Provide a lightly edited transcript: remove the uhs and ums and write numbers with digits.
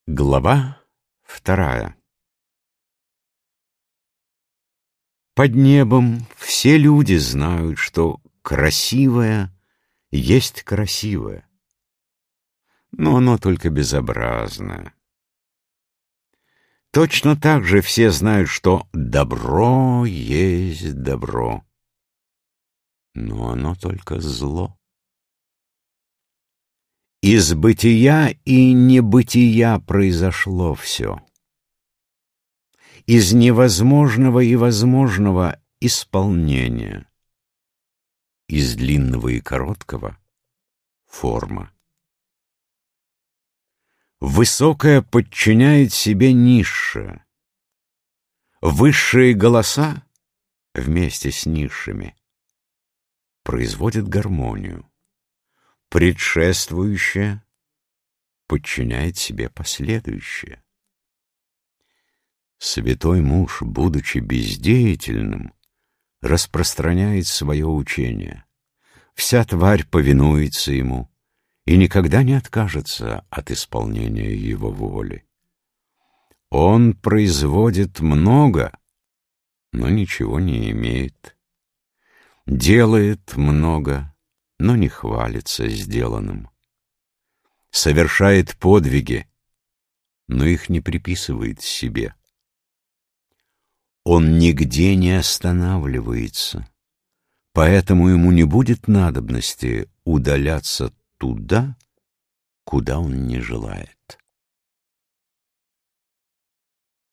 Глава 2. Под небом все люди знают, что красивое есть красивое, но оно только безобразное. Точно так же все знают, что добро есть добро, но оно только зло. Из бытия и небытия произошло все. Из невозможного и возможного исполнения. Из длинного и короткого форма. Высокое подчиняет себе низшее. Высшие голоса вместе с низшими производят гармонию. Предшествующее подчиняет себе последующее. Святой муж, будучи бездеятельным, распространяет свое учение. Вся тварь повинуется ему и никогда не откажется от исполнения его воли. Он производит много, но ничего не имеет. Делает много, но не хвалится сделанным. Совершает подвиги, но их не приписывает себе. Он нигде не останавливается, поэтому ему не будет надобности удаляться туда, куда он не желает.